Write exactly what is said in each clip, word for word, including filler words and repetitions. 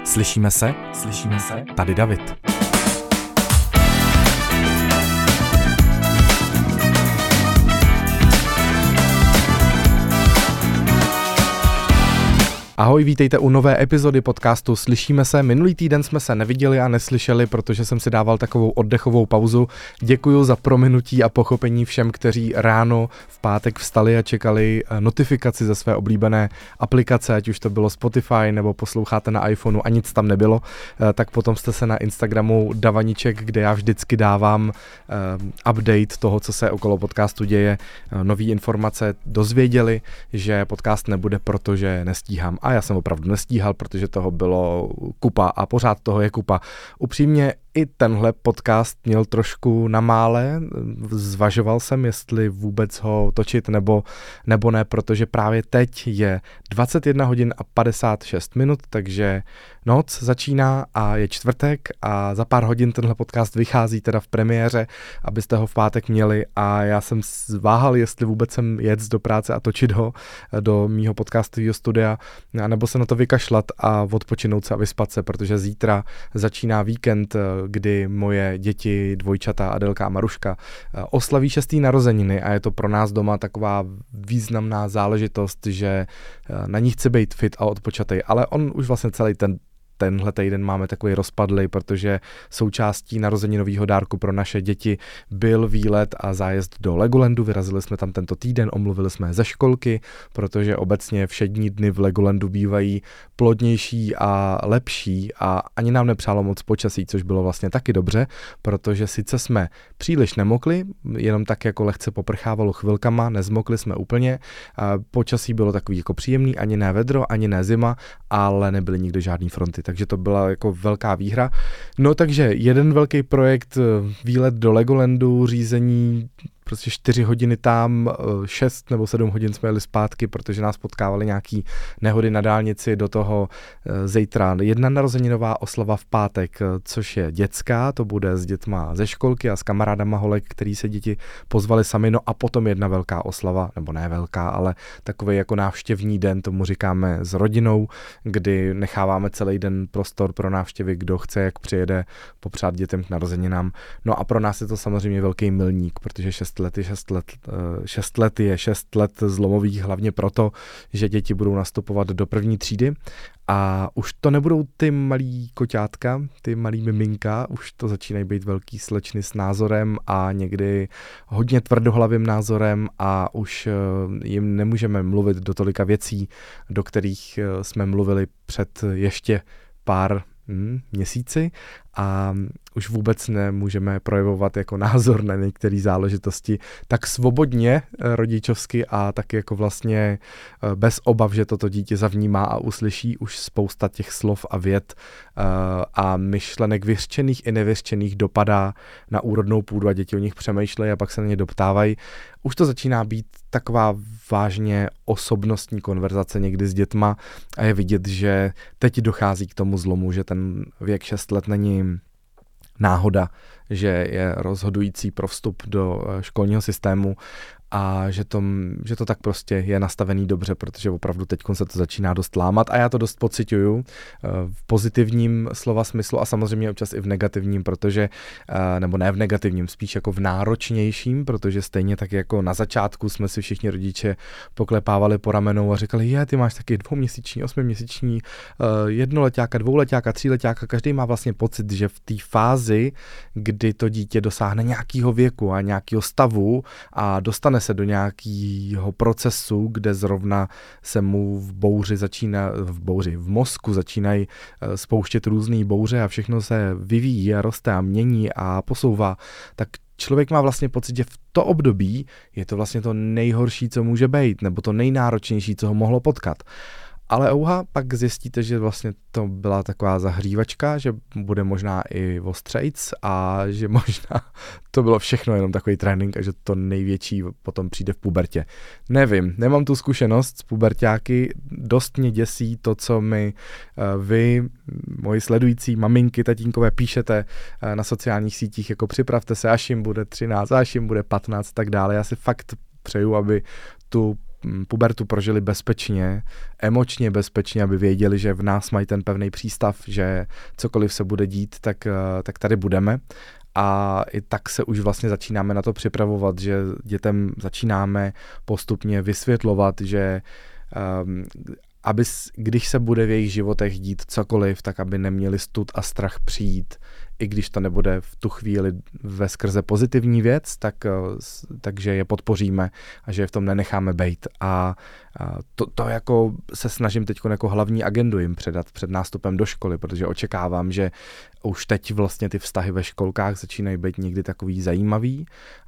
Slyšíme se? Slyšíme se? Tady David. Ahoj, vítejte u nové epizody podcastu Slyšíme se. Minulý týden jsme se neviděli a neslyšeli, protože jsem si dával takovou oddechovou pauzu. Děkuju za prominutí a pochopení všem, kteří ráno v pátek vstali a čekali notifikaci ze své oblíbené aplikace, ať už to bylo Spotify nebo posloucháte na iPhoneu a nic tam nebylo. Tak potom jste se na Instagramu Davaniček, kde já vždycky dávám update toho, co se okolo podcastu děje, nový informace, dozvěděli, že podcast nebude, protože nestíhám. A já jsem opravdu nestíhal, protože toho bylo kupa a pořád toho je kupa. Upřímně i tenhle podcast měl trošku na mále, zvažoval jsem, jestli vůbec ho točit nebo, nebo ne, protože právě teď je dvacet jedna hodin a padesát šest minut, takže noc začíná a je čtvrtek a za pár hodin tenhle podcast vychází teda v premiéře, abyste ho v pátek měli a já jsem zváhal, jestli vůbec jsem jet do práce a točit ho do mýho podcastového studia, nebo se na to vykašlat a odpočinout se a vyspat se, protože zítra začíná víkend, kdy moje děti, dvojčata Adelka a Maruška oslaví šestý narozeniny a je to pro nás doma taková významná záležitost, že na ní chci být fit a odpočatej, ale on už vlastně celý ten Tenhle týden máme takový rozpadlý, protože součástí narozeninového dárku pro naše děti byl výlet a zájezd do Legolandu. Vyrazili jsme tam tento týden, omluvili jsme ze školky, protože obecně všední dny v Legolandu bývají plodnější a lepší a ani nám nepřálo moc počasí, což bylo vlastně taky dobře, protože sice jsme příliš nemokli, jenom tak jako lehce poprchávalo chvilkama, nezmokli jsme úplně, počasí bylo takový jako příjemný, ani ne vedro, ani ne zima, ale nebyly nikde žádný fronty. Takže to byla jako velká výhra. No takže jeden velký projekt, výlet do Legolandu, řízení, prostě čtyři hodiny tam, šest nebo sedm hodin jsme jeli zpátky, protože nás potkávaly nějaký nehody na dálnici, do toho zítra jedna narozeninová oslava v pátek, což je dětská, to bude s dětma ze školky a s kamarádama holek, který se děti pozvali sami, no a potom jedna velká oslava, nebo ne velká, ale takový jako návštěvní den, tomu říkáme s rodinou, kdy necháváme celý den prostor pro návštěvy, kdo chce, jak přijede popřát dětem k narozeninám. No a pro nás je to samozřejmě velký milník, protože šest let je šest let, šest let je šest let zlomových, hlavně proto, že děti budou nastupovat do první třídy a už to nebudou ty malí koťátka, ty malí miminka, už to začínají být velký slečny s názorem a někdy hodně tvrdohlavým názorem a už jim nemůžeme mluvit do tolika věcí, do kterých jsme mluvili před ještě pár Hmm, měsíci a už vůbec nemůžeme projevovat jako názor na některé záležitosti tak svobodně rodičovsky a tak jako vlastně bez obav, že toto dítě zavnímá a uslyší už spousta těch slov a vět a myšlenek vyřčených i nevyřčených dopadá na úrodnou půdu a děti o nich přemýšlejí a pak se na ně doptávají. Už to začíná být taková vážně osobnostní konverzace někdy s dětma a je vidět, že teď dochází k tomu zlomu, že ten věk šest let není náhoda, že je rozhodující pro vstup do školního systému a že to, že to tak prostě je nastavený dobře, protože opravdu teď se to začíná dost lámat a já to dost pociťuju v pozitivním slova smyslu a samozřejmě občas i v negativním, protože, nebo ne v negativním, spíš jako v náročnějším, protože stejně tak jako na začátku jsme si všichni rodiče poklepávali po ramenou a říkali, je, ty máš taky dvouměsíční, osmiměsíční, jednoleťáka, dvouleťáka, tříleťáka, každý má vlastně pocit, že v té fázi, kdy to dítě dosáhne nějakého věku a nějakého stavu a dostane se do nějakého procesu, kde zrovna se mu v bouři začíná, v bouři, v mozku začínají spouštět různý bouře a všechno se vyvíjí a roste a mění a posouvá, tak člověk má vlastně pocit, že v to období je to vlastně to nejhorší, co může být, nebo to nejnáročnější, co ho mohlo potkat. Ale ouha, pak zjistíte, že vlastně to byla taková zahřívačka, že bude možná i ostřejc a že možná to bylo všechno jenom takový trénink a že to největší potom přijde v pubertě. Nevím, nemám tu zkušenost s puberťáky, dost mě děsí to, co mi vy, moji sledující maminky, tatínkové, píšete na sociálních sítích, jako připravte se, až jim bude třináct, až jim bude patnáct, tak dále. Já si fakt přeju, aby tu pubertu prožili bezpečně, emočně bezpečně, aby věděli, že v nás mají ten pevný přístav, že cokoliv se bude dít, tak, tak tady budeme. A i tak se už vlastně začínáme na to připravovat, že dětem začínáme postupně vysvětlovat, že um, aby, když se bude v jejich životech dít cokoliv, tak aby neměli stud a strach přijít, i když to nebude v tu chvíli ve skrze pozitivní věc, tak, takže je podpoříme a že je v tom nenecháme bejt. A to, to jako se snažím teď jako hlavní agendu jim předat před nástupem do školy, protože očekávám, že už teď vlastně ty vztahy ve školkách začínají být někdy takový zajímavý.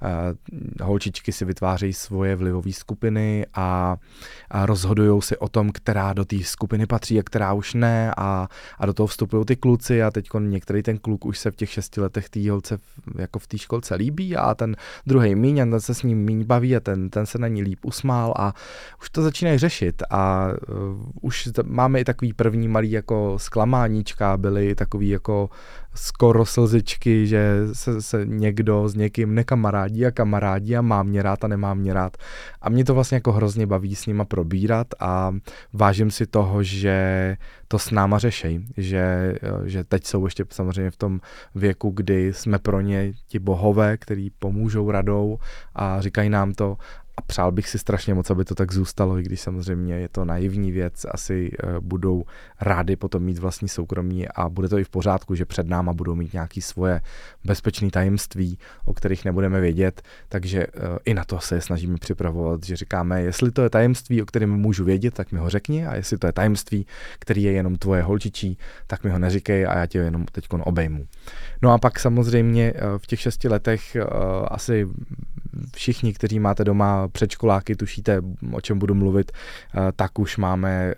Holčičky si vytvářejí svoje vlivové skupiny a, a rozhodujou si o tom, která do té skupiny patří a která už ne, a, a do toho vstupují ty kluci a teď některý ten kluk už se v těch šesti letech té holce jako v té školce líbí a ten druhej míň a ten se s ním míň baví a ten, ten se na ní líp usmál a už to začínají řešit a uh, už máme i takový první malý jako zklamáníčka, byly takový jako skoro slzičky, že se, se někdo s někým nekamarádí a kamarádí a má mě rád a nemá mě rád. A mě to vlastně jako hrozně baví s nima probírat a vážím si toho, že to s náma řešej, že, že teď jsou ještě samozřejmě v tom věku, kdy jsme pro ně ti bohové, který pomůžou radou a říkají nám to. A přál bych si strašně moc, aby to tak zůstalo, i když samozřejmě je to naivní věc, asi uh, budou rádi potom mít vlastní soukromí a bude to i v pořádku, že před náma budou mít nějaké svoje bezpečné tajemství, o kterých nebudeme vědět, takže uh, i na to se snažíme připravovat, že říkáme, jestli to je tajemství, o kterém můžu vědět, tak mi ho řekni, a jestli to je tajemství, který je jenom tvoje holčičí, tak mi ho neříkej a já tě jenom teďkon obejmu. No a pak samozřejmě uh, v těch šesti letech uh, asi všichni, kteří máte doma předškoláky, tušíte, o čem budu mluvit, tak už máme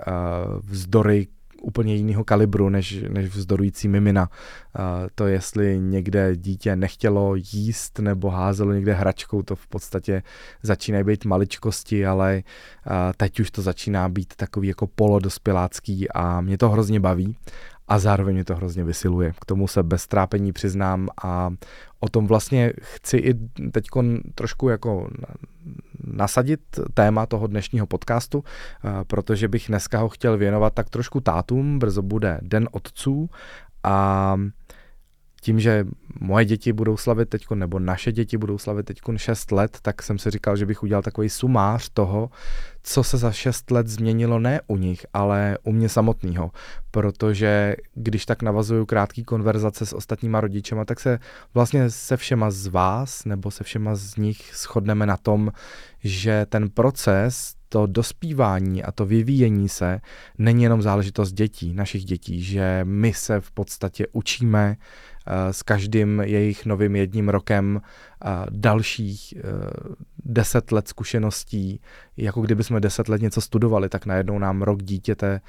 vzdory úplně jiného kalibru, než, než vzdorující mimina. To, jestli někde dítě nechtělo jíst nebo házelo někde hračkou, to v podstatě začínají být maličkosti, ale teď už to začíná být takový jako polodospělácký a mě to hrozně baví. A zároveň mě to hrozně vysiluje. K tomu se bez trápení přiznám a o tom vlastně chci i teďko trošku jako nasadit téma toho dnešního podcastu, protože bych dneska ho chtěl věnovat tak trošku tátům, brzo bude Den otců a tím, že moje děti budou slavit teďko, nebo naše děti budou slavit teďko šest let, tak jsem si říkal, že bych udělal takový sumář toho, co se za šest let změnilo ne u nich, ale u mě samotného. Protože když tak navazuju krátký konverzace s ostatníma rodičema, tak se vlastně se všema z vás, nebo se všema z nich shodneme na tom, že ten proces, to dospívání a to vyvíjení se není jenom záležitost dětí, našich dětí, že my se v podstatě učíme s každým jejich novým jedním rokem dalších deset let zkušeností, jako kdyby jsme deset let něco studovali, tak najednou nám rok dítěte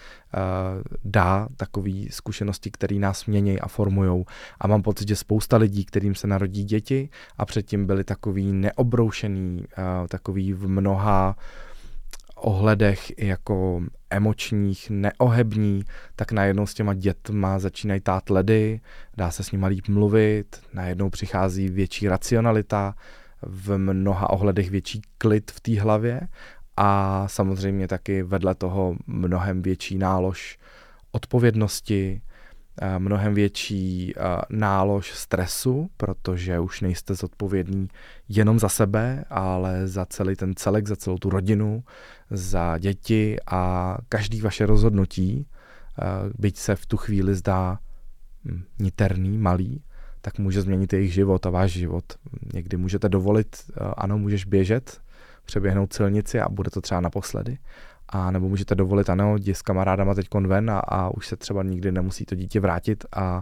dá takové zkušenosti, které nás mění a formujou. A mám pocit, že spousta lidí, kterým se narodí děti a předtím byli takový neobroušený, takový v mnoha ohledech jako emočních, neohební, tak najednou s těma dětma začínají tát ledy, dá se s nima líp mluvit, najednou přichází větší racionalita, v mnoha ohledech větší klid v té hlavě a samozřejmě taky vedle toho mnohem větší nálož odpovědnosti, mnohem větší nálož stresu, protože už nejste zodpovědní jenom za sebe, ale za celý ten celek, za celou tu rodinu, za děti a každý vaše rozhodnutí, byť se v tu chvíli zdá niterný, malý, tak může změnit jejich život a váš život. Někdy můžete dovolit, ano, můžeš běžet, přeběhnout silnici a bude to třeba naposledy. A nebo můžete dovolit, ano, jdi s kamarádama teďkon ven a, a už se třeba nikdy nemusí to dítě vrátit a, a,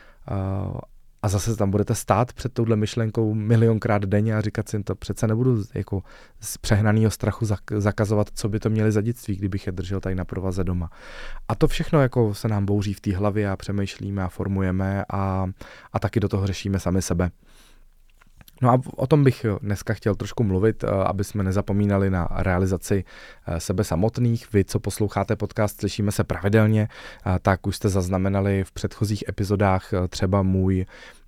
a zase tam budete stát před touhle myšlenkou milionkrát denně a říkat si, to přece nebudu jako z přehnaného strachu zakazovat, co by to měli za dětství, kdybych je držel tady na provaze doma. A to všechno jako se nám bouří v té hlavě a přemýšlíme a formujeme a, a taky do toho řešíme sami sebe. No a o tom bych dneska chtěl trošku mluvit, aby jsme nezapomínali na realizaci sebe samotných. Vy, co posloucháte podcast, slyšíme se pravidelně, tak už jste zaznamenali v předchozích epizodách třeba můj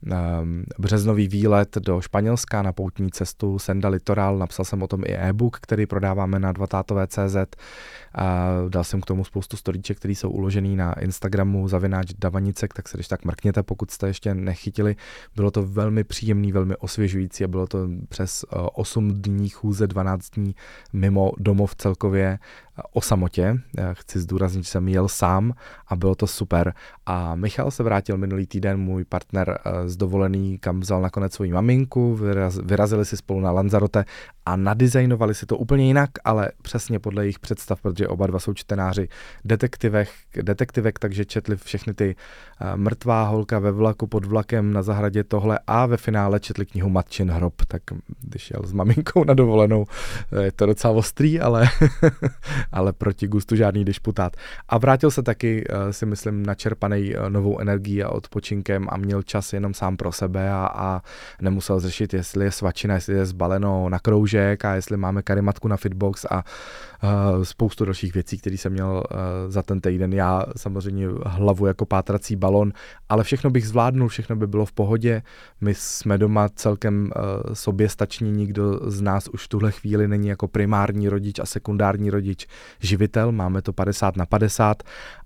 březnový výlet do Španělska na poutní cestu Senda Litoral. Napsal jsem o tom i e-book, který prodáváme na dvatátové tečka cé zet. A dal jsem k tomu spoustu storíček, které jsou uložený na Instagramu zavináč Davanicek, tak se když tak mrkněte, pokud jste ještě nechytili. Bylo to velmi příjemný, velmi osvěžující a bylo to přes osm dní chůze, dvanáct dní mimo domov celkově o samotě. Chci zdůraznit, že jsem jel sám a bylo to super. A Michal se vrátil minulý týden, můj partner z dovolený, kam vzal nakonec svoji maminku, vyraz, vyrazili si spolu na Lanzarote a nadizajnovali si to úplně jinak, ale přesně podle jejich představ, protože oba dva jsou čtenáři detektivek, detektivek, takže četli všechny ty uh, Mrtvá holka ve vlaku pod vlakem na zahradě tohle a ve finále četli knihu Matčin hrob, tak když jel s maminkou na dovolenou, je to docela ostrý, ale, ale proti gustu žádný disputát. A vrátil se taky, uh, si myslím, načerpanej uh, novou energií a odpočinkem a měl čas jenom sám pro sebe a, a nemusel řešit, jestli je svačina, jestli je zbaleno na kroužek a jestli máme karimatku na Fitbox a uh, spoustu dalších věcí, které jsem měl uh, za ten týden. Já samozřejmě hlavu jako pátrací balon, ale všechno bych zvládnul, všechno by bylo v pohodě. My jsme doma celkem uh, soběstační, nikdo z nás už v tuhle chvíli není jako primární rodič a sekundární rodič živitel, máme to padesát na padesát,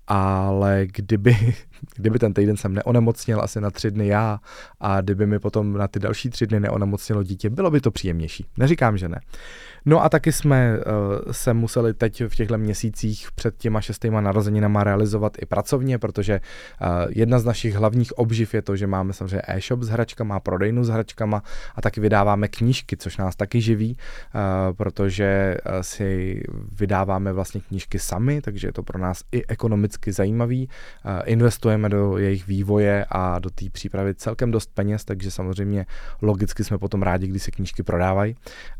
ale kdyby, kdyby ten týden jsem neonemocněl asi na tři dny já a kdyby mi potom na ty další tři dny neonemocnělo dítě, bylo by to příjemnější. Neříkám, že ne. No a taky jsme uh, se museli teď v těchto měsících před těma šestýma narozeninama realizovat i pracovně, protože uh, jedna z našich hlavních obživ je to, že máme samozřejmě e-shop s hračkama, prodejnu s hračkama a taky vydáváme knížky, což nás taky živí, uh, protože uh, si vydáváme vlastně knížky sami, takže je to pro nás i ekonomicky zajímavý. Uh, investujeme do jejich vývoje a do té přípravy celkem dost peněz, takže samozřejmě logicky jsme potom rádi, když se knížky prodávají.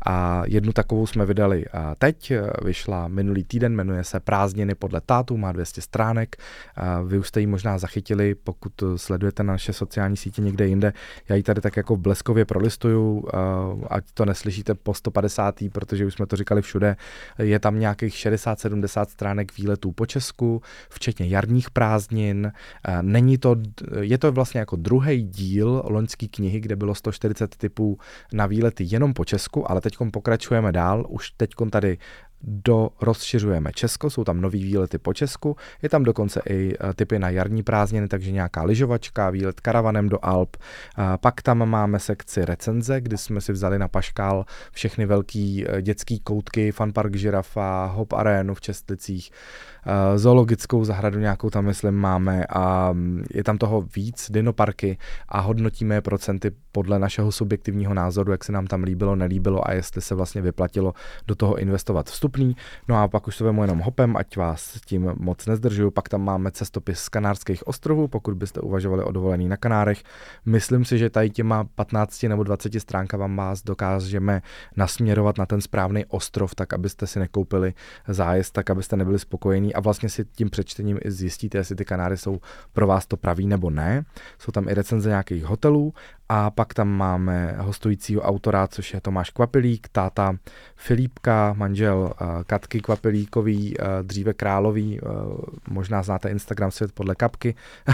A jednu takovou jsme vydali teď, vyšla minulý týden, jmenuje se Prázdniny podle tátu, má dvě stě stránek, vy už jste ji možná zachytili, pokud sledujete naše sociální sítě někde jinde, já ji tady tak jako bleskově prolistuju, ať to neslyšíte po sto padesát, protože už jsme to říkali všude, je tam nějakých šedesát sedmdesát stránek výletů po Česku, včetně jarních prázdnin, není to, je to vlastně jako druhý díl loňské knihy, kde bylo sto čtyřicet tipů na výlety jenom po Česku, ale teďkom pokračujeme dál, už teďkom tady do rozšiřujeme Česko, jsou tam nový výlety po Česku, je tam dokonce i tipy na jarní prázdniny, takže nějaká lyžovačka, výlet karavanem do Alp, pak tam máme sekci recenze, kdy jsme si vzali na paškál všechny velký dětský koutky, Funpark Žirafa, Hop Arénu v Čestlicích, zoologickou zahradu nějakou tam myslím máme a je tam toho víc, dinoparky a hodnotíme procenty podle našeho subjektivního názoru, jak se nám tam líbilo, nelíbilo a jestli se vlastně vyplatilo do toho investovat vstupný. No a pak už to vemu jenom hopem, ať vás tím moc nezdržuju. Pak tam máme cestopis z Kanárských ostrovů, pokud byste uvažovali o dovolení na Kanárech. Myslím si, že tady těma patnácti nebo dvaceti stránkama vás dokážeme nasměrovat na ten správný ostrov, tak abyste si nekoupili zájezd, tak abyste nebyli spokojení a vlastně si tím přečtením i zjistíte, jestli ty Kanáry jsou pro vás to pravý nebo ne. Jsou tam i recenze nějakých hotelů a pak tam máme hostujícího autora, což je Tomáš Kvapilík, táta Filipka, manžel uh, Katky Kvapilíkový, uh, dříve Králový, uh, možná znáte Instagram Svět podle kapky.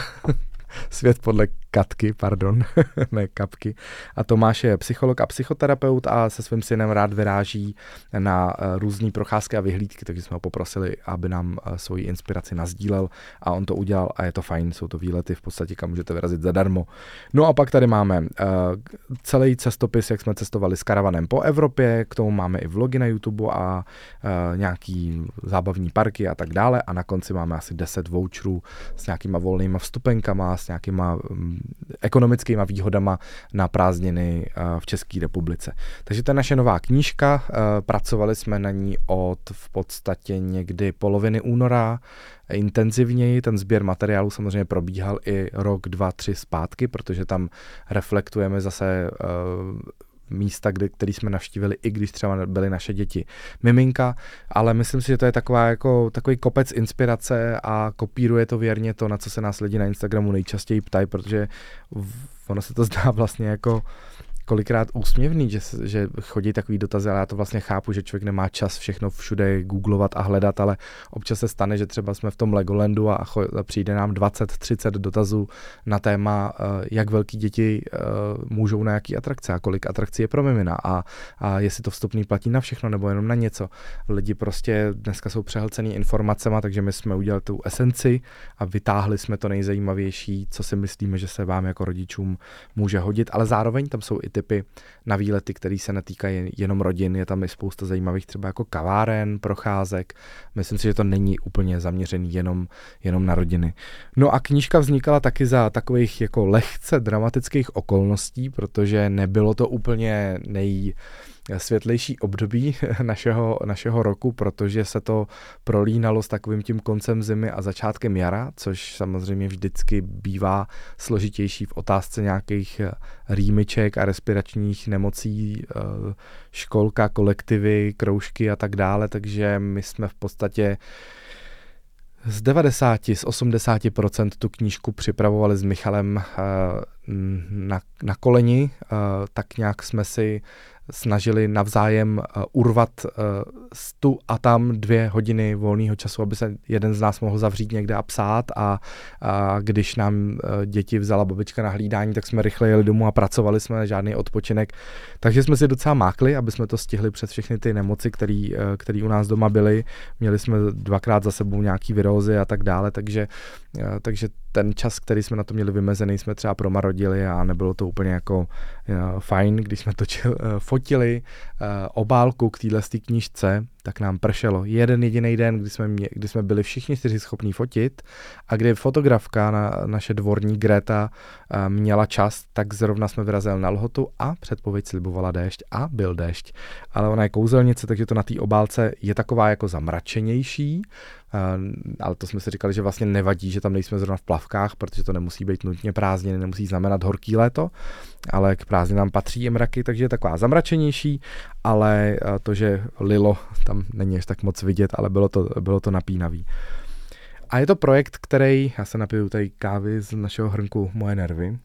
Svět podle Katky, pardon, ne kapky. A Tomáš je psycholog a psychoterapeut a se svým synem rád vyráží na různé procházky a vyhlídky, takže jsme ho poprosili, aby nám svoji inspiraci nasdílel a on to udělal a je to fajn, jsou to výlety v podstatě, kam můžete vyrazit zadarmo. No a pak tady máme uh, celý cestopis, jak jsme cestovali s karavanem po Evropě, k tomu máme i vlogy na YouTube a uh, nějaký zábavní parky a tak dále a na konci máme asi deset voucherů s nějakýma volnýma vstupenkama, s nějakýma um, ekonomickýma výhodama na prázdniny uh, v České republice. Takže to je naše nová knížka, uh, pracovali jsme na ní od v podstatě někdy poloviny února, intenzivněji, ten sběr materiálu samozřejmě probíhal i rok, dva, tři zpátky, protože tam reflektujeme zase uh, místa, kde, který jsme navštívili, i když třeba byly naše děti miminka, ale myslím si, že to je taková jako, takový kopec inspirace a kopíruje to věrně to, na co se nás lidi na Instagramu nejčastěji ptají, protože ono se to zdá vlastně jako kolikrát úsměvný, že, že chodí takový dotazy, ale já to vlastně chápu, že člověk nemá čas všechno všude googlovat a hledat, ale občas se stane, že třeba jsme v tom Legolandu a, cho- a přijde nám dvacet třicet dotazů na téma, jak velký děti můžou na jaký atrakce a kolik atrakcí je pro mimina a, a jestli to vstupný platí na všechno nebo jenom na něco. Lidi prostě dneska jsou přehlcený informacema, takže my jsme udělali tu esenci a vytáhli jsme to nejzajímavější, co si myslíme, že se vám jako rodičům může hodit, ale zároveň tam jsou i tipy na výlety, které se netýkají jenom rodin, je tam i spousta zajímavých třeba jako kaváren, procházek. Myslím si, že to není úplně zaměřený jenom, jenom na rodiny. No a knížka vznikala taky za takových jako lehce dramatických okolností, protože nebylo to úplně nej světlejší období našeho, našeho roku, protože se to prolínalo s takovým tím koncem zimy a začátkem jara, což samozřejmě vždycky bývá složitější v otázce nějakých rýmiček a respiračních nemocí, školka, kolektivy, kroužky a tak dále, takže my jsme v podstatě z devadesát, z osmdesát procent tu knížku připravovali s Michalem na, na koleni, tak nějak jsme si snažili navzájem uh, urvat uh, tu a tam dvě hodiny volného času, aby se jeden z nás mohl zavřít někde a psát a, a když nám uh, děti vzala babička na hlídání, tak jsme rychle jeli domů a pracovali jsme, žádný odpočinek. Takže jsme si docela mákli, aby jsme to stihli přes všechny ty nemoci, který, uh, který u nás doma byly. Měli jsme dvakrát za sebou nějaký virózy a tak dále, takže, uh, takže ten čas, který jsme na to měli vymezený, jsme třeba promarodili a nebylo to úplně jako uh, fajn, když jsme točili, uh, fotili uh, obálku k téhle knížce, tak nám pršelo. Jeden jediný den, kdy jsme, mě, kdy jsme byli všichni čtyři schopní fotit a kdy fotografka, na, naše dvorní Greta, uh, měla čas, tak zrovna jsme vyrazili na lhotu a předpověď slibovala déšť a byl déšť. Ale ona je kouzelnice, takže to na té obálce je taková jako zamračenější, uh, ale to jsme si říkali, že vlastně nevadí, že tam nejsme zrovna v plavkách, protože to nemusí být nutně prázdniny, nemusí znamenat horký léto, ale k prázdninám patří i mraky, takže je taková zamračenější, ale uh, to, že lilo, tam není až tak moc vidět, ale bylo to, bylo to napínavý. A je to projekt, který, já se napiju tady kávy z našeho hrnku Moje nervy,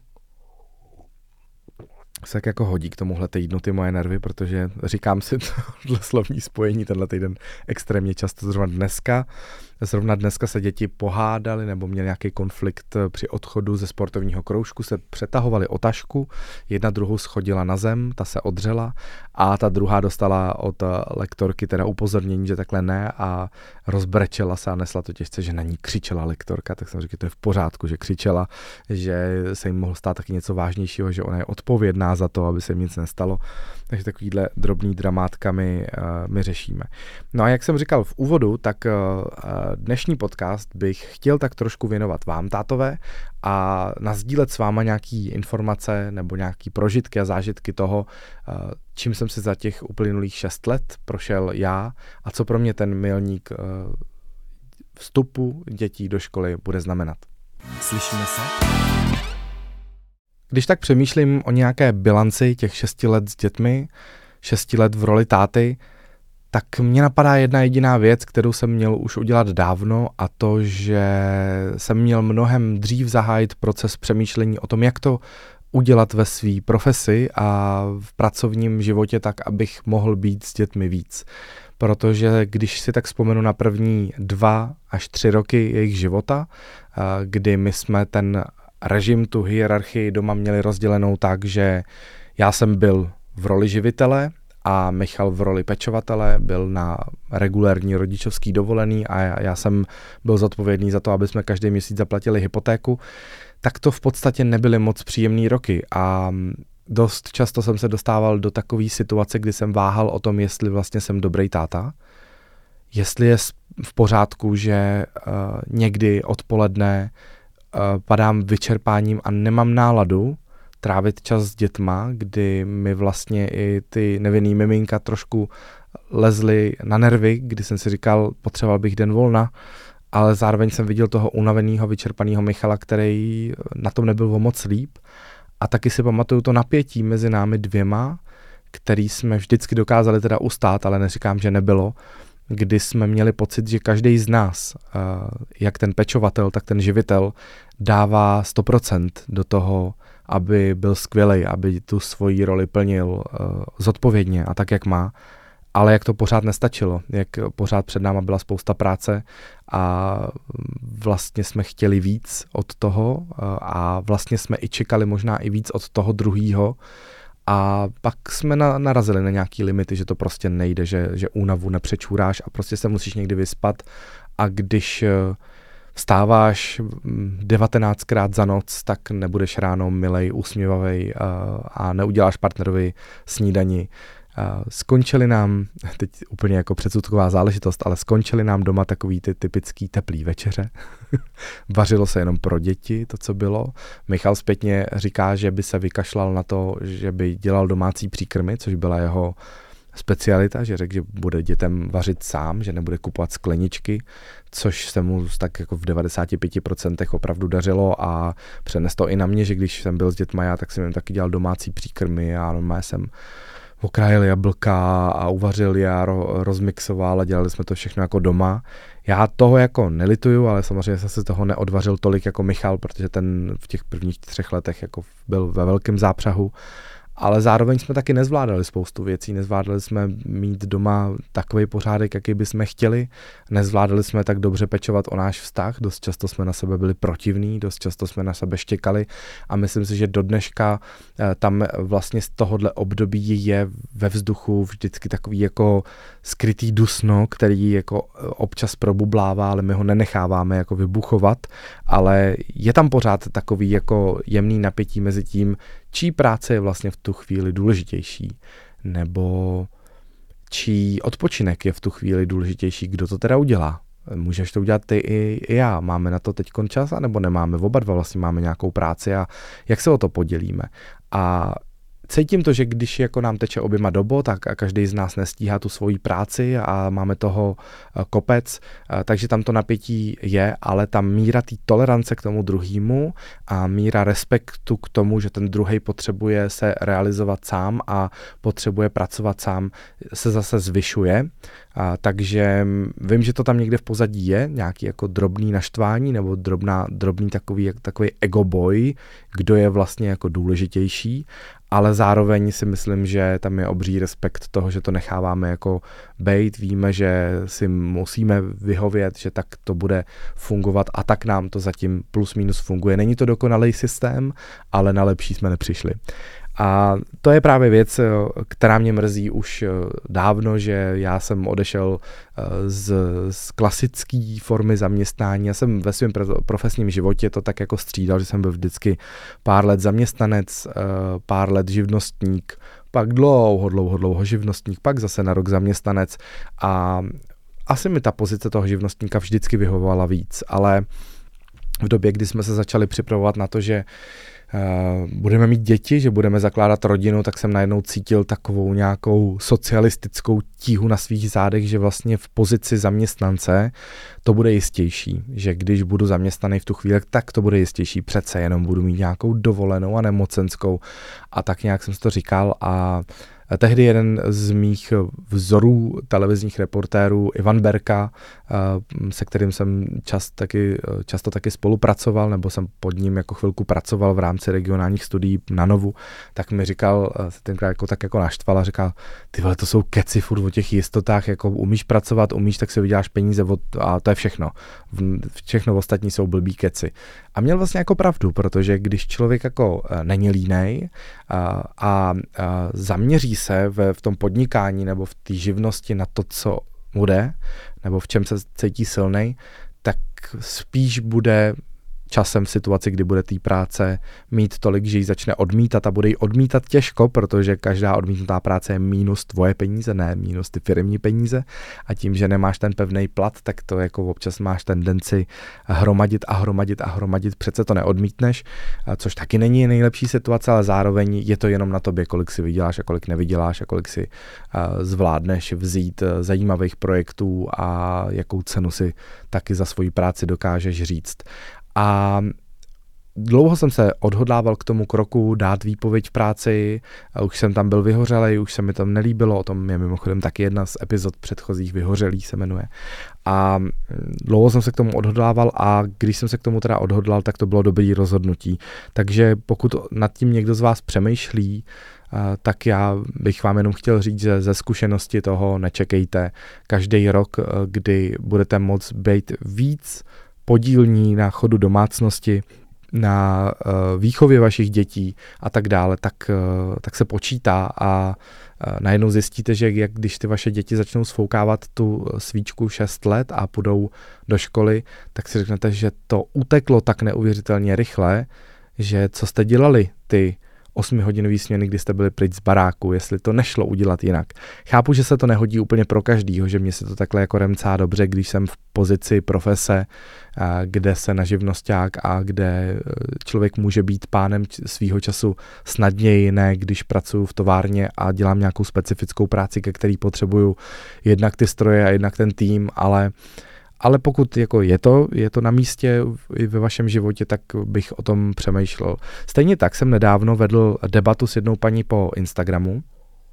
se tak jako hodí k tomuhle týdnu ty moje nervy, protože říkám si tohle slovní spojení tenhle týden extrémně často, zrovna dneska. Zrovna dneska se děti pohádali nebo měli nějaký konflikt při odchodu ze sportovního kroužku, se přetahovali o tašku, jedna druhou schodila na zem, ta se odřela a ta druhá dostala od lektorky teda upozornění, že takhle ne a rozbrečela se a nesla to těžce, že na ní křičela lektorka, tak jsem řekl, že to je v pořádku, že křičela, že se jim mohlo stát taky něco vážnějšího, že ona je odpovědná za to, aby se jim nic nestalo. Takže takovýhle drobný dramátka my, uh, my řešíme. No a jak jsem říkal v úvodu, tak uh, dnešní podcast bych chtěl tak trošku věnovat vám, tátové, a nasdílet s váma nějaký informace nebo nějaký prožitky a zážitky toho, uh, čím jsem si za těch uplynulých šest let prošel já a co pro mě ten milník uh, vstupu dětí do školy bude znamenat. Slyšíme se? Když tak přemýšlím o nějaké bilanci těch šesti let s dětmi, šesti let v roli táty, tak mě napadá jedna jediná věc, kterou jsem měl už udělat dávno, a to, že jsem měl mnohem dřív zahájit proces přemýšlení o tom, jak to udělat ve své profesi a v pracovním životě tak, abych mohl být s dětmi víc. Protože když si tak vzpomenu na první dva až tři roky jejich života, kdy my jsme ten režim, tu hierarchii doma měli rozdělenou tak, že já jsem byl v roli živitele a Michal v roli pečovatele, byl na regulérní rodičovský dovolený a já, já jsem byl zodpovědný za to, aby jsme každý měsíc zaplatili hypotéku, tak to v podstatě nebyly moc příjemné roky a dost často jsem se dostával do takové situace, kdy jsem váhal o tom, jestli vlastně jsem dobrý táta, jestli je v pořádku, že uh, někdy odpoledne uh, padám vyčerpáním a nemám náladu trávit čas s dětma, kdy mi vlastně i ty nevinný miminka trošku lezly na nervy, kdy jsem si říkal, potřeboval bych den volna, ale zároveň jsem viděl toho unaveného, vyčerpaného Michala, který na tom nebyl o moc líp. A taky si pamatuju to napětí mezi námi dvěma, který jsme vždycky dokázali teda ustát, ale neříkám, že nebylo, kdy jsme měli pocit, že každý z nás, jak ten pečovatel, tak ten živitel, dává sto procent do toho, aby byl skvělej, aby tu svoji roli plnil uh, zodpovědně a tak, jak má. Ale jak to pořád nestačilo, jak pořád před náma byla spousta práce a vlastně jsme chtěli víc od toho a vlastně jsme i čekali možná i víc od toho druhýho a pak jsme na, narazili na nějaký limity, že to prostě nejde, že, že únavu nepřečůráš a prostě se musíš někdy vyspat a když vstáváš devatenáctkrát za noc, tak nebudeš ráno milej, usměvavej a, a neuděláš partnerovi snídani. Uh, skončili nám, teď úplně jako předsudková záležitost, ale skončili nám doma takový ty typický teplý večeře. Vařilo se jenom pro děti, to, co bylo. Michal zpětně říká, že by se vykašlal na to, že by dělal domácí příkrmy, což byla jeho specialita, že řekl, že bude dětem vařit sám, že nebude kupovat skleničky, což se mu tak jako v devadesát pět procent opravdu dařilo a přenes to i na mě, že když jsem byl s dětma já, tak jsem jim taky dělal domácí příkrmy a normálně jsem okrájel jablka a uvařil je a ro, rozmixoval a dělali jsme to všechno jako doma. Já toho jako nelituju, ale samozřejmě jsem se toho neodvařil tolik jako Michal, protože ten v těch prvních třech letech jako byl ve velkém zápřahu. Ale zároveň jsme taky nezvládali spoustu věcí, nezvládali jsme mít doma takový pořádek, jaký bychom chtěli, nezvládali jsme tak dobře pečovat o náš vztah, dost často jsme na sebe byli protivní, dost často jsme na sebe štěkali a myslím si, že do dneška tam vlastně z tohohle období je ve vzduchu vždycky takový jako skrytý dusno, který jako občas probublává, ale my ho nenecháváme jako vybuchovat, ale je tam pořád takový jako jemný napětí mezi tím, čí práce je vlastně v tu chvíli důležitější, nebo čí odpočinek je v tu chvíli důležitější, kdo to teda udělá. Můžeš to udělat ty i, i já. Máme na to teď čas, anebo nemáme? Oba dva vlastně máme nějakou práci a jak se o to podělíme. A cítím to, že když jako nám teče oběma do bot, tak každý z nás nestíhá tu svoji práci a máme toho kopec, takže tam to napětí je, ale ta míra té tolerance k tomu druhému a míra respektu k tomu, že ten druhej potřebuje se realizovat sám a potřebuje pracovat sám, se zase zvyšuje. A, takže vím, že to tam někde v pozadí je, nějaký jako drobný naštvání nebo drobná, drobný takový, takový ego boj, kdo je vlastně jako důležitější, ale zároveň si myslím, že tam je obří respekt toho, že to necháváme jako bejt, víme, že si musíme vyhovět, že tak to bude fungovat a tak nám to zatím plus minus funguje. Není to dokonalý systém, ale na lepší jsme nepřišli. A to je právě věc, která mě mrzí už dávno, že já jsem odešel z, z klasické formy zaměstnání. Já jsem ve svém profesním životě to tak jako střídal, že jsem byl vždycky pár let zaměstnanec, pár let živnostník, pak dlouho, dlouho, dlouho živnostník, pak zase na rok zaměstnanec a asi mi ta pozice toho živnostníka vždycky vyhovovala víc, ale v době, kdy jsme se začali připravovat na to, že Uh, budeme mít děti, že budeme zakládat rodinu, tak jsem najednou cítil takovou nějakou socialistickou tíhu na svých zádech, že vlastně v pozici zaměstnance to bude jistější, že když budu zaměstnaný v tu chvíli, tak to bude jistější, přece jenom budu mít nějakou dovolenou a nemocenskou a tak nějak jsem si to říkal a tehdy jeden z mých vzorů televizních reportérů, Ivan Berka, se kterým jsem čas taky, často taky spolupracoval, nebo jsem pod ním jako chvilku pracoval v rámci regionálních studií na Novu, tak mi říkal, se tenkrát jako, tak jako naštval a říkal, ty vole, to jsou keci furt o těch jistotách, jako umíš pracovat, umíš, tak si vyděláš peníze a to je všechno. Všechno ostatní jsou blbý keci. A měl vlastně jako pravdu, protože když člověk jako není línej a, a, a zaměří se ve, v tom podnikání nebo v té živnosti na to, co bude, nebo v čem se cítí silnej, tak spíš bude časem v situaci, kdy bude té práce mít tolik, že ji začne odmítat a bude ji odmítat těžko, protože každá odmítnutá práce je mínus tvoje peníze, ne mínus ty firemní peníze a tím, že nemáš ten pevný plat, tak to jako občas máš tendenci hromadit a hromadit a hromadit, přece to neodmítneš, což taky není nejlepší situace, ale zároveň je to jenom na tobě, kolik si vyděláš a kolik nevyděláš a kolik si zvládneš vzít zajímavých projektů a jakou cenu si taky za svoji práci dokážeš říct. A dlouho jsem se odhodlával k tomu kroku dát výpověď v práci, už jsem tam byl vyhořelej, už se mi tam nelíbilo, o tom je mimochodem taky jedna z epizod předchozích, Vyhořelý se jmenuje. A dlouho jsem se k tomu odhodlával a když jsem se k tomu teda odhodlal, tak to bylo dobrý rozhodnutí. Takže pokud nad tím někdo z vás přemýšlí, tak já bych vám jenom chtěl říct, že ze zkušenosti toho nečekejte. Každý rok, kdy budete moct být víc podílní na chodu domácnosti, na uh, výchově vašich dětí a tak dále, tak, uh, tak se počítá a uh, najednou zjistíte, že jak když ty vaše děti začnou sfoukávat tu svíčku šest let a půjdou do školy, tak si řeknete, že to uteklo tak neuvěřitelně rychle, že co jste dělali ty osmihodinový směny, kdy jste byli pryč z baráku, jestli to nešlo udělat jinak. Chápu, že se to nehodí úplně pro každýho, že mě se to takhle jako remcá dobře, když jsem v pozici profese, kde se na živnosťák a kde člověk může být pánem svýho času snadněji, ne když pracuji v továrně a dělám nějakou specifickou práci, ke který potřebuju jednak ty stroje a jednak ten tým, ale Ale pokud jako je to, je to na místě i ve vašem životě, tak bych o tom přemýšlel. Stejně tak jsem nedávno vedl debatu s jednou paní po Instagramu,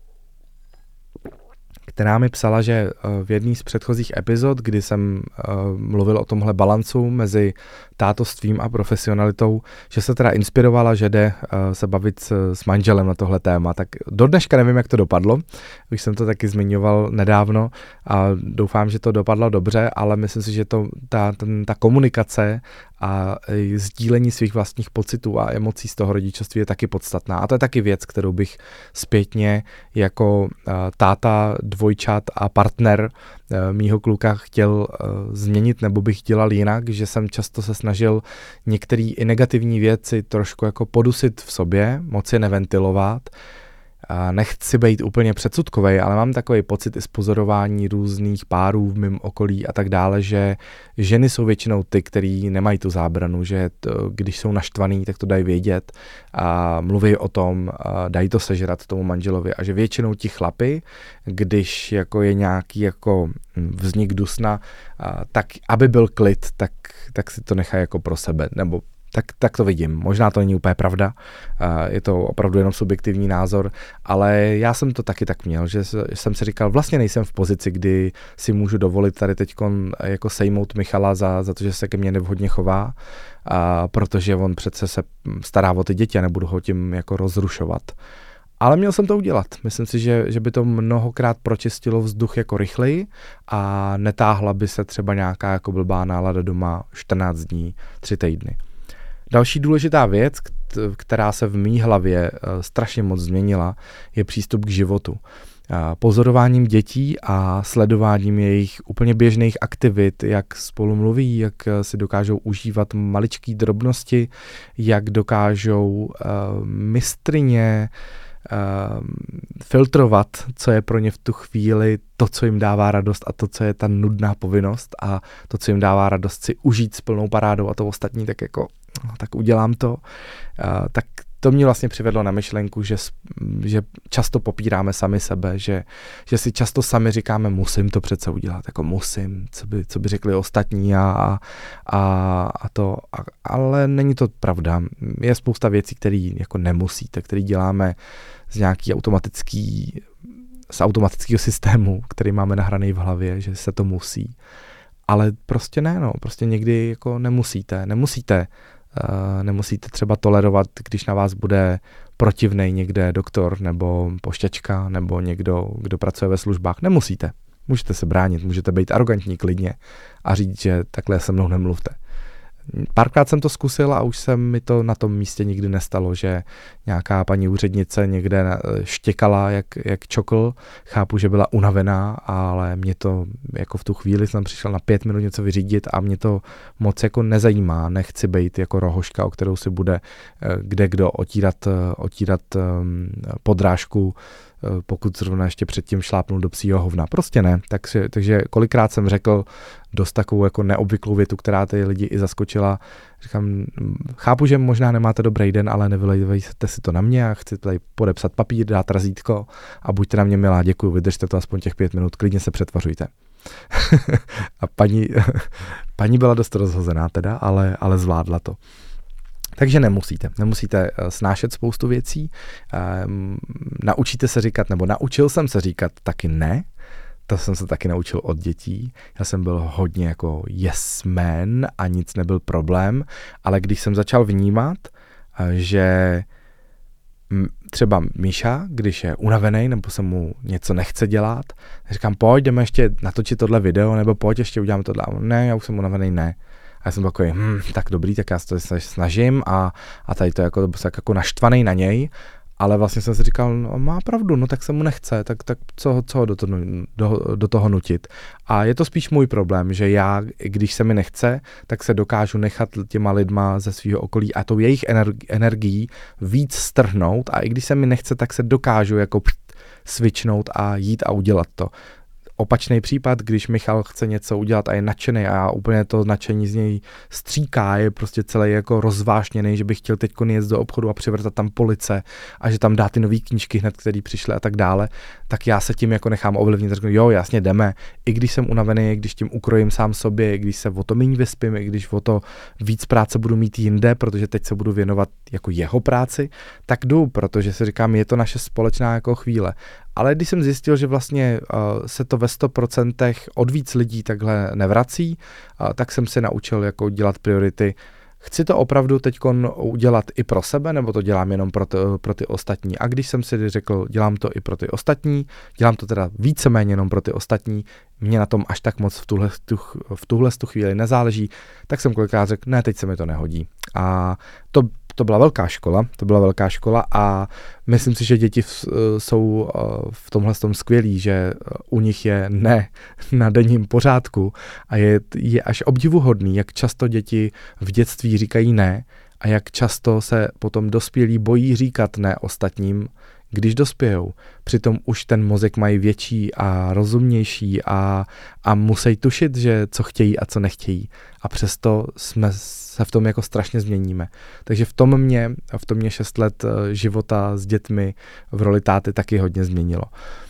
která mi psala, že v jedné z předchozích epizod, kdy jsem mluvil o tomhle balancu mezi tátostvím a profesionalitou, že se teda inspirovala, že jde se bavit s, s manželem na tohle téma. Tak do dneška nevím, jak to dopadlo, už jsem to taky zmiňoval nedávno a doufám, že to dopadlo dobře, ale myslím si, že to, ta, ten, ta komunikace a sdílení svých vlastních pocitů a emocí z toho rodičovství je taky podstatná. A to je taky věc, kterou bych zpětně jako táta, dvojčat a partner mýho kluka chtěl změnit nebo bych dělal jinak, že jsem často se snažil některé i negativní věci trošku jako podusit v sobě, moc je neventilovat. A nechci být úplně předsudkovej, ale mám takový pocit i z pozorování různých párů v mém okolí a tak dále, že ženy jsou většinou ty, který nemají tu zábranu, že to, když jsou naštvaný, tak to dají vědět a mluví o tom, dají to sežrat tomu manželovi a že většinou ti chlapi, když jako je nějaký jako vznik dusna, tak aby byl klid, tak, tak si to nechají jako pro sebe, nebo Tak, tak to vidím. Možná to není úplně pravda, je to opravdu jenom subjektivní názor, ale já jsem to taky tak měl, že jsem si říkal, vlastně nejsem v pozici, kdy si můžu dovolit tady teďkon jako sejmout Michala za, za to, že se ke mně nevhodně chová, a protože on přece se stará o ty děti a nebudu ho tím jako rozrušovat. Ale měl jsem to udělat. Myslím si, že, že by to mnohokrát pročistilo vzduch jako rychleji a netáhla by se třeba nějaká jako blbá nálada doma čtrnáct dní, tři týdny. Další důležitá věc, která se v mý hlavě strašně moc změnila, je přístup k životu. Pozorováním dětí a sledováním jejich úplně běžných aktivit, jak spolu mluví, jak si dokážou užívat maličké drobnosti, jak dokážou uh, mistryně uh, filtrovat, co je pro ně v tu chvíli to, co jim dává radost a to, co je ta nudná povinnost a to, co jim dává radost si užít s plnou parádou a to ostatní tak jako no, tak udělám to, uh, tak to mě vlastně přivedlo na myšlenku, že, že často popíráme sami sebe, že, že si často sami říkáme, musím to přece udělat, jako musím, co by, co by řekli ostatní a, a, a to, a, ale není to pravda. Je spousta věcí, které jako nemusíte, které děláme z nějaký automatický, z automatického systému, který máme nahraný v hlavě, že se to musí. Ale prostě ne, no, prostě někdy jako nemusíte, nemusíte Uh, nemusíte třeba tolerovat, když na vás bude protivnej někde doktor nebo pošťačka nebo někdo, kdo pracuje ve službách. Nemusíte. Můžete se bránit, můžete být arrogantní klidně a říct, že takhle se mnou nemluvte. Párkrát jsem to zkusil a už se mi to na tom místě nikdy nestalo, že nějaká paní úřednice někde štěkala jak, jak čokl. Chápu, že byla unavená, ale mě to jako v tu chvíli jsem přišel na pět minut něco vyřídit a mě to moc jako nezajímá. Nechci být jako rohoška, o kterou si bude kde kdo otírat, otírat podrážku, pokud zrovna ještě předtím šlápnul do psího hovna. Prostě ne. Takže, takže kolikrát jsem řekl dost takovou jako neobvyklou větu, která ty lidi i zaskočila. Říkám, chápu, že možná nemáte dobrý den, ale nevylejvejte si to na mě a chci tady podepsat papír, dát razítko a buďte na mě milá, děkuju, vydržte to aspoň těch pět minut, klidně se přetvařujte. A paní, paní byla dost rozhozená teda, ale, ale zvládla to. Takže nemusíte. Nemusíte snášet spoustu věcí. Um, naučíte se říkat, nebo naučil jsem se říkat taky ne. To jsem se taky naučil od dětí. Já jsem byl hodně jako yes man a nic nebyl problém, ale když jsem začal vnímat, že třeba Míša, když je unavený nebo se mu něco nechce dělat, říkám, pojď, jdeme ještě natočit tohle video, nebo pojď, ještě uděláme tohle. Ne, já už jsem unavený, ne. A já jsem takový, hm, tak dobrý, tak já se to snažím a, a tady to jako, tak jako naštvaný na něj, ale vlastně jsem si říkal, no, má pravdu, no tak se mu nechce, tak, tak co, co ho do toho, do, do toho nutit. A je to spíš můj problém, že já, když se mi nechce, tak se dokážu nechat těma lidma ze svého okolí a tou jejich energi- energií víc strhnout a i když se mi nechce, tak se dokážu jako switchnout a jít a udělat to. Opačný případ, když Michal chce něco udělat a je nadšený a já úplně to nadšení z něj stříká, je prostě celý jako rozvášněný, že bych chtěl teď jet do obchodu a přivrtat tam police a že tam dá ty nový knížky hned, který přišly a tak dále, tak já se tím jako nechám ovlivnit. Řeknu, jo, jasně, jdeme. I když jsem unavený, když tím ukrojím sám sobě, když se o to méně vyspím, i když o to víc práce budu mít jinde, protože teď se budu věnovat jako jeho práci, tak jdu, protože si říkám, je to naše společná jako chvíle. Ale když jsem zjistil, že vlastně uh, se to ve sto procent od víc lidí takhle nevrací, uh, tak jsem se naučil jako dělat priority. Chci to opravdu teď udělat i pro sebe, nebo to dělám jenom pro, to, pro ty ostatní? A když jsem si řekl, dělám to i pro ty ostatní, dělám to teda víceméně jenom pro ty ostatní, mě na tom až tak moc v tuhle, tu, v tuhle tu chvíli nezáleží, tak jsem kolikrát řekl, ne, teď se mi to nehodí. A to To byla velká škola, to byla velká škola a myslím si, že děti v, jsou v tomhle tom skvělí, že u nich je ne na denním pořádku a je, je až obdivuhodný, jak často děti v dětství říkají ne a jak často se potom dospělí bojí říkat ne ostatním, když dospějou. Přitom už ten mozek mají větší a rozumnější a, a musí tušit, že co chtějí a co nechtějí. A přesto jsme se v tom jako strašně změníme. Takže v tom mě, v tom mě šest let života s dětmi v roli táty taky hodně změnilo.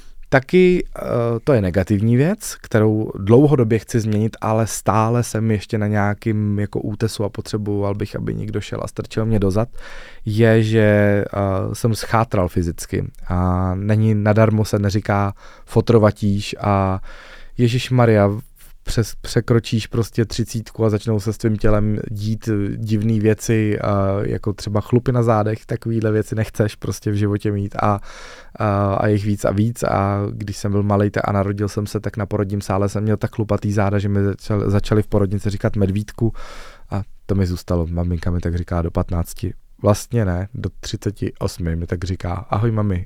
Taky uh, to je negativní věc, kterou dlouhodobě chci změnit, ale stále jsem ještě na nějakým jako útesu a potřeboval bych, aby někdo šel a strčil mě dozad, je, že uh, jsem schátral fyzicky a není nadarmo se neříká fotrovatíš a Ježišmarja, Přes, překročíš prostě třicítku a začnou se s tvým tělem dít divné věci, a jako třeba chlupy na zádech, takovýhle věci nechceš prostě v životě mít a, a, a jich víc a víc a když jsem byl malej a narodil jsem se, tak na porodním sále jsem měl tak chlupatý záda, že mi začali, začali v porodnici říkat medvídku a to mi zůstalo. Maminka mi tak říká do patnácti. Vlastně ne, do třiceti osmi mi tak říká, ahoj mami.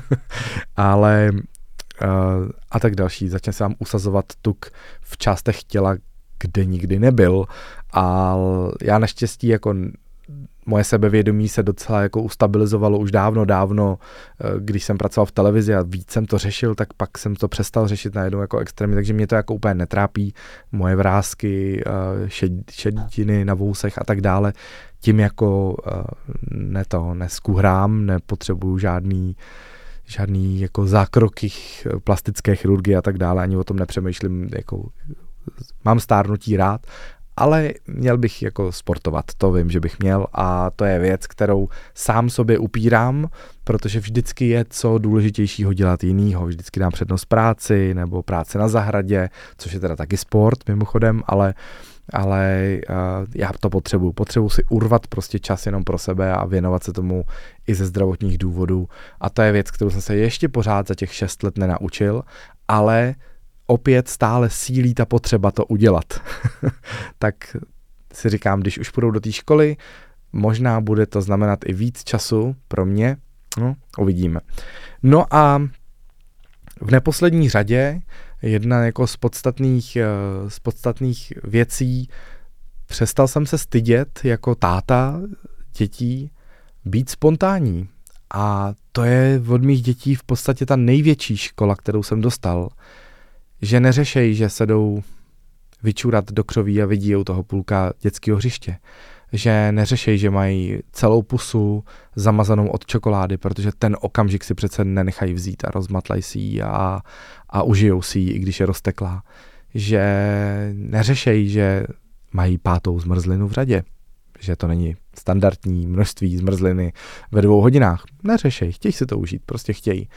Ale Uh, a tak další. Začne se vám usazovat tuk v částech těla, kde nikdy nebyl. A já naštěstí jako moje sebevědomí se docela jako ustabilizovalo už dávno, dávno, když jsem pracoval v televizi a víc jsem to řešil, tak pak jsem to přestal řešit najednou jako extrémně, takže mě to jako úplně netrápí. Moje vrásky, šed, šediny na vousech a tak dále. Tím jako ne to, neskuhrám, nepotřebuju žádný žádný jako zákroky plastické chirurgie a tak dále, ani o tom nepřemýšlím, jako mám stárnutí rád, ale měl bych jako sportovat, to vím, že bych měl a to je věc, kterou sám sobě upírám, protože vždycky je co důležitějšího dělat jinýho, vždycky dám přednost práci nebo práci na zahradě, což je teda taky sport mimochodem, ale ale uh, já to potřebuju. Potřebuju si urvat prostě čas jenom pro sebe a věnovat se tomu i ze zdravotních důvodů. A to je věc, kterou jsem se ještě pořád za těch šest let nenaučil, ale opět stále sílí ta potřeba to udělat. Tak si říkám, když už půjdou do té školy, možná bude to znamenat i víc času pro mě. No, uvidíme. No a v neposlední řadě jedna jako z podstatných, z podstatných věcí, přestal jsem se stydět jako táta dětí být spontánní. A to je od mých dětí v podstatě ta největší škola, kterou jsem dostal, že neřešej, že se jdou vyčůrat do křoví a vidí u toho půlka dětského hřiště. Že neřešej, že mají celou pusu zamazanou od čokolády, protože ten okamžik si přece nenechají vzít a rozmatlají si ji a, a užijou si ji, i když je rozteklá. Že neřešej, že mají pátou zmrzlinu v řadě, že to není standardní množství zmrzliny ve dvou hodinách. Neřešej, chtějí si to užít, prostě chtějí.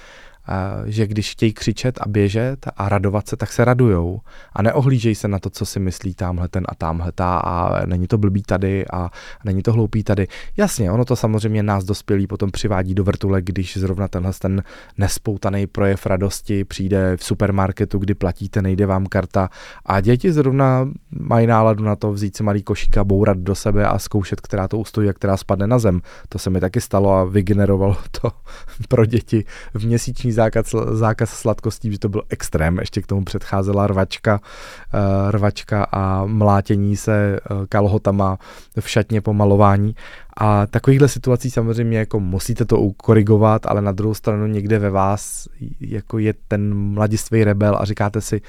Že když chtějí křičet a běžet a radovat se, tak se radujou a neohlížej se na to, co si myslí tamhle ten a tamhle ta a není to blbý tady a není to hloupý tady. Jasně, ono to samozřejmě nás dospělí potom přivádí do vrtule, když zrovna tenhle ten nespoutaný projev radosti přijde v supermarketu, kdy platíte, nejde vám karta a děti zrovna mají náladu na to vzít si malý košík a bourat do sebe a zkoušet, která to ustojí a která spadne na zem. To se mi taky stalo a vygenerovalo to pro děti v měsíční Zákaz, zákaz sladkostí, že to byl extrém, ještě k tomu předcházela rvačka, uh, rvačka a mlátění se uh, kalhotama v šatně po malování a takovýchhle situací samozřejmě jako musíte to ukorigovat, ale na druhou stranu někde ve vás jako je ten mladistvý rebel a říkáte si,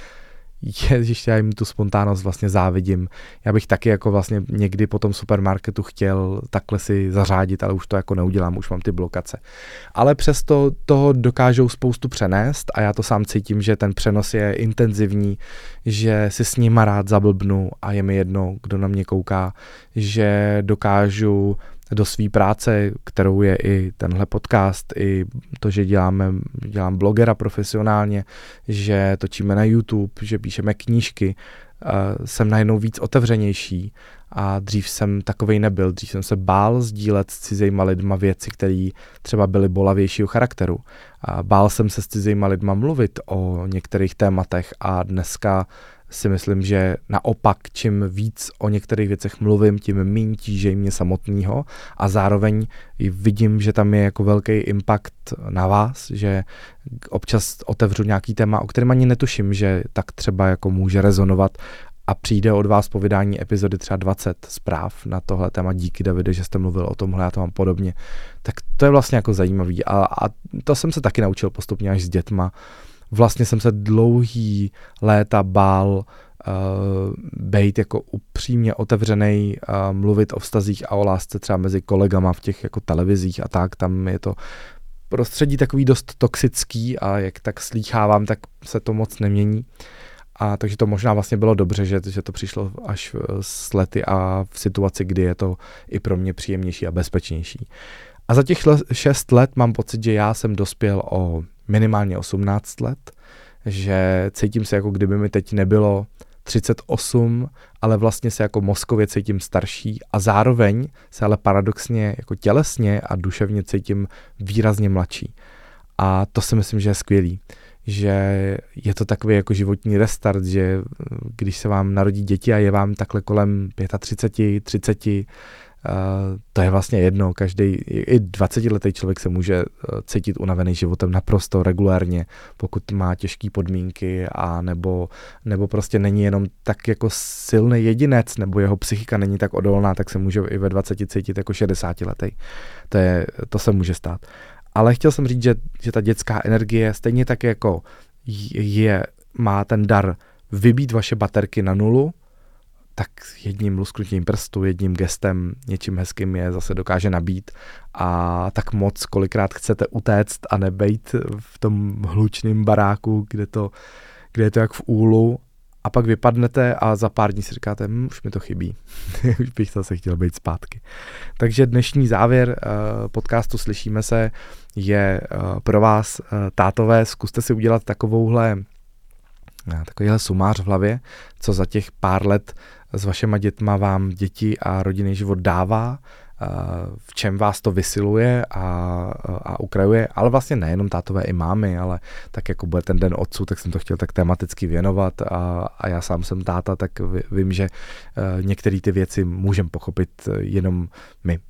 ježiš, já jim tu spontánnost vlastně závidím. Já bych taky jako vlastně někdy po tom supermarketu chtěl takhle si zařádit, ale už to jako neudělám, už mám ty blokace. Ale přesto toho dokážou spoustu přenést a já to sám cítím, že ten přenos je intenzivní, že si s nima rád zablbnu a je mi jedno, kdo na mě kouká, že dokážu do své práce, kterou je i tenhle podcast, i to, že děláme, dělám blogera profesionálně, že točíme na YouTube, že píšeme knížky, uh, jsem najednou víc otevřenější a dřív jsem takovej nebyl, dřív jsem se bál sdílet s cizejma lidma věci, které třeba byly bolavějšího charakteru. A bál jsem se s cizejma lidma mluvit o některých tématech a dneska si myslím, že naopak, čím víc o některých věcech mluvím, tím míň tížej mě samotného a zároveň vidím, že tam je jako velký impact na vás, že občas otevřu nějaký téma, o kterém ani netuším, že tak třeba jako může rezonovat a přijde od vás po vydání epizody třeba dvacet zpráv na tohle téma. Díky, Davide, že jste mluvil o tomhle, já to mám podobně. Tak to je vlastně jako zajímavý a, a to jsem se taky naučil postupně až s dětma. Vlastně jsem se dlouhý léta bál uh, být jako upřímně otevřenej, uh, mluvit o vztazích a o lásce třeba mezi kolegama v těch jako televizích a tak, tam je to prostředí takový dost toxický a jak tak slýchávám, tak se to moc nemění. A takže to možná vlastně bylo dobře, že, že to přišlo až s lety a v situaci, kdy je to i pro mě příjemnější a bezpečnější. A za těch šest let mám pocit, že já jsem dospěl o minimálně osmnáct let, že cítím se, jako kdyby mi teď nebylo třicet osm, ale vlastně se jako mozkově cítím starší a zároveň se ale paradoxně jako tělesně a duševně cítím výrazně mladší. A to si myslím, že je skvělý, že je to takový jako životní restart, že když se vám narodí děti a je vám takhle kolem třicet pět, třicet, Uh, to je vlastně jedno, každý, i dvacetiletý člověk se může cítit unavený životem naprosto regulárně, pokud má těžké podmínky a nebo, nebo prostě není jenom tak jako silný jedinec, nebo jeho psychika není tak odolná, tak se může i ve dvaceti cítit jako šedesátiletý. To, je, to se může stát. Ale chtěl jsem říct, že, že ta dětská energie stejně tak jako je, má ten dar vybít vaše baterky na nulu, tak jedním lusknutím prstu, jedním gestem, něčím hezkým je zase dokáže nabít a tak moc kolikrát chcete utéct a nebejt v tom hlučném baráku, kde, to, kde je to jak v úlu a pak vypadnete a za pár dní si říkáte, hm, už mi to chybí, už bych zase chtěl být zpátky. Takže dnešní závěr uh, podcastu Slyšíme se je uh, pro vás, uh, tátové, zkuste si udělat takovouhle takovýhle sumář v hlavě, co za těch pár let s vašima dětma vám děti a rodinný život dává, v čem vás to vysiluje a, a ukrajuje, ale vlastně nejenom tátové i mámy, ale tak jako bude ten den otců, tak jsem to chtěl tak tematicky věnovat a, a já sám jsem táta, tak vím, že některé ty věci můžem pochopit jenom my.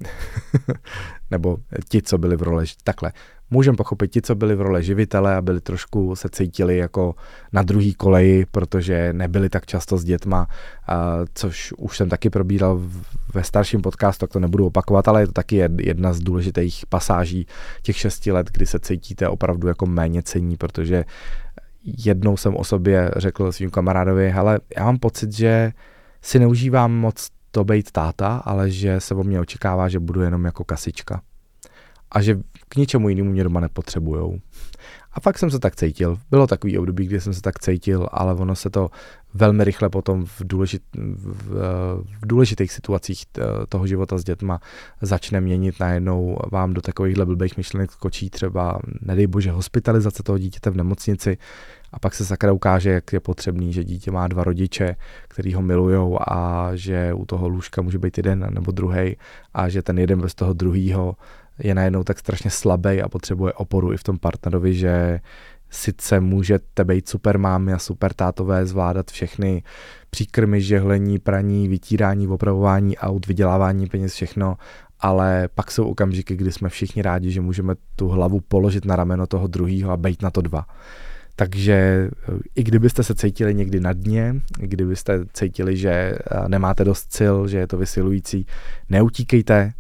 Nebo ti, co byli v roli takhle. Můžem pochopit ti, co byli v roli živitele a byli trošku se cítili jako na druhý koleji, protože nebyli tak často s dětma, a což už jsem taky probíral ve starším podcastu, tak to nebudu opakovat, ale je to taky jedna z důležitých pasáží těch šesti let, kdy se cítíte opravdu jako méně cenní, protože jednou jsem o sobě řekl svým kamarádovi, hele, já mám pocit, že si neužívám moc to být táta, ale že se o mě očekává, že budu jenom jako kasička. A že k ničemu jinému mě doma nepotřebujou. A fakt jsem se tak cítil. Bylo takový období, kdy jsem se tak cítil, ale ono se to velmi rychle potom v, důležit, v, v důležitých situacích toho života s dětma začne měnit. Najednou vám do takovýchhle blbých myšlenek skočí třeba, nedej bože, hospitalizace toho dítěte v nemocnici a pak se sakra ukáže, jak je potřebný, že dítě má dva rodiče, který ho milujou a že u toho lůžka může být jeden nebo druhej a že ten jeden bez toho druhýho je najednou tak strašně slabý a potřebuje oporu i v tom partnerovi, že sice můžete být super mámy a super tátové, zvládat všechny příkrmy, žehlení, praní, vytírání, opravování aut, vydělávání peněz, všechno, ale pak jsou okamžiky, kdy jsme všichni rádi, že můžeme tu hlavu položit na rameno toho druhýho a bejt na to dva. Takže i kdybyste se cítili někdy na dně, kdybyste cítili, že nemáte dost sil, že je to vysilující, neutíkejte,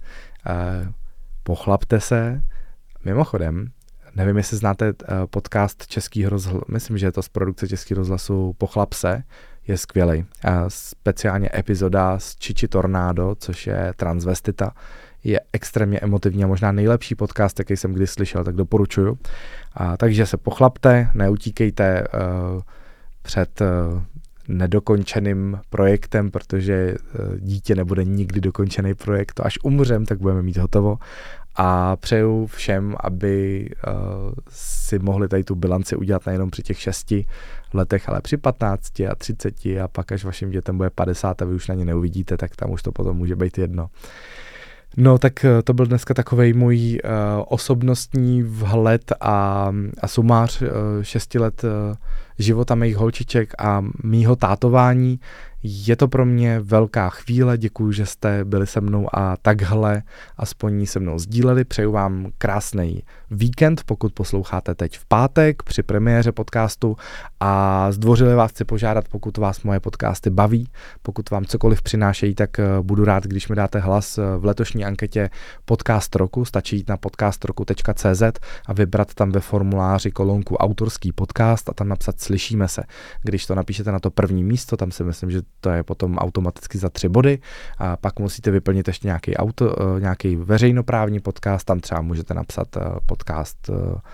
pochlapte se. Mimochodem, nevím, jestli znáte podcast Českýho rozhlasu, myslím, že je to z produkce Českého rozhlasu Pochlap se, je skvělej. Speciálně epizoda s Čiči Tornádo, což je transvestita, je extrémně emotivní a možná nejlepší podcast, jaký jsem kdy slyšel, tak doporučuju. A, takže se pochlapte, neutíkejte uh, před uh, nedokončeným projektem, protože uh, dítě nebude nikdy dokončený projekt, to až umřem, tak budeme mít hotovo. A přeju všem, aby uh, si mohli tady tu bilanci udělat nejenom při těch šesti letech, ale při patnácti a třiceti a pak až vašim dětem bude padesát a vy už na ně neuvidíte, tak tam už to potom může být jedno. No tak to byl dneska takovej můj uh, osobnostní vhled a, a sumář uh, šesti let uh, života mých holčiček a mýho tátování. Je to pro mě velká chvíle, děkuji, že jste byli se mnou a takhle aspoň se mnou sdíleli. Přeju vám krásný víkend, pokud posloucháte teď v pátek při premiéře podcastu a zdvořile vás chci požádat, pokud vás moje podcasty baví, pokud vám cokoliv přinášejí, tak budu rád, když mi dáte hlas v letošní anketě Podcast roku. Stačí jít na podcast roku tečka cé zet a vybrat tam ve formuláři kolonku autorský podcast a tam napsat slyšíme se. Když to napíšete na to první místo, tam si myslím, že to je potom automaticky za tři body a pak musíte vyplnit ještě nějaký, auto, nějaký veřejnoprávní podcast, tam třeba můžete napsat podcast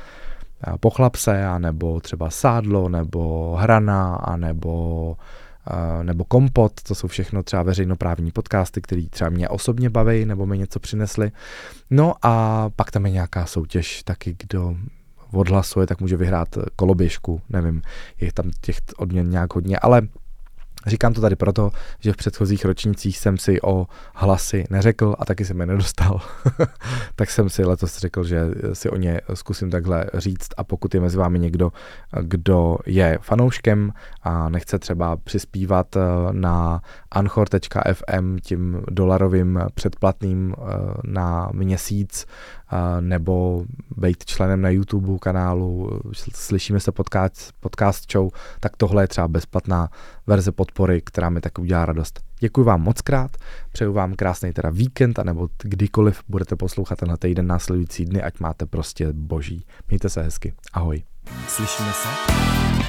Pochlap se, anebo třeba Sádlo, nebo Hrana, anebo nebo Kompot, to jsou všechno třeba veřejnoprávní podcasty, které třeba mě osobně baví, nebo mi něco přinesly. No a pak tam je nějaká soutěž taky, kdo odhlasuje, tak může vyhrát koloběžku, nevím, je tam těch odměn nějak hodně, ale říkám to tady proto, že v předchozích ročnících jsem si o hlasy neřekl a taky jsem je nedostal. Tak jsem si letos řekl, že si o ně zkusím takhle říct a pokud je mezi vámi někdo, kdo je fanouškem a nechce třeba přispívat na anchor tečka ef em tím dolarovým předplatným na měsíc nebo být členem na YouTube kanálu, slyšíme se podcast, podcast show, tak tohle je třeba bezplatná verze podpory, která mi tak udělá radost. Děkuji vám moc krát, přeju vám krásný teda víkend, anebo kdykoliv budete poslouchat na týden následující dny, ať máte prostě boží. Mějte se hezky. Ahoj. Slyšíme se?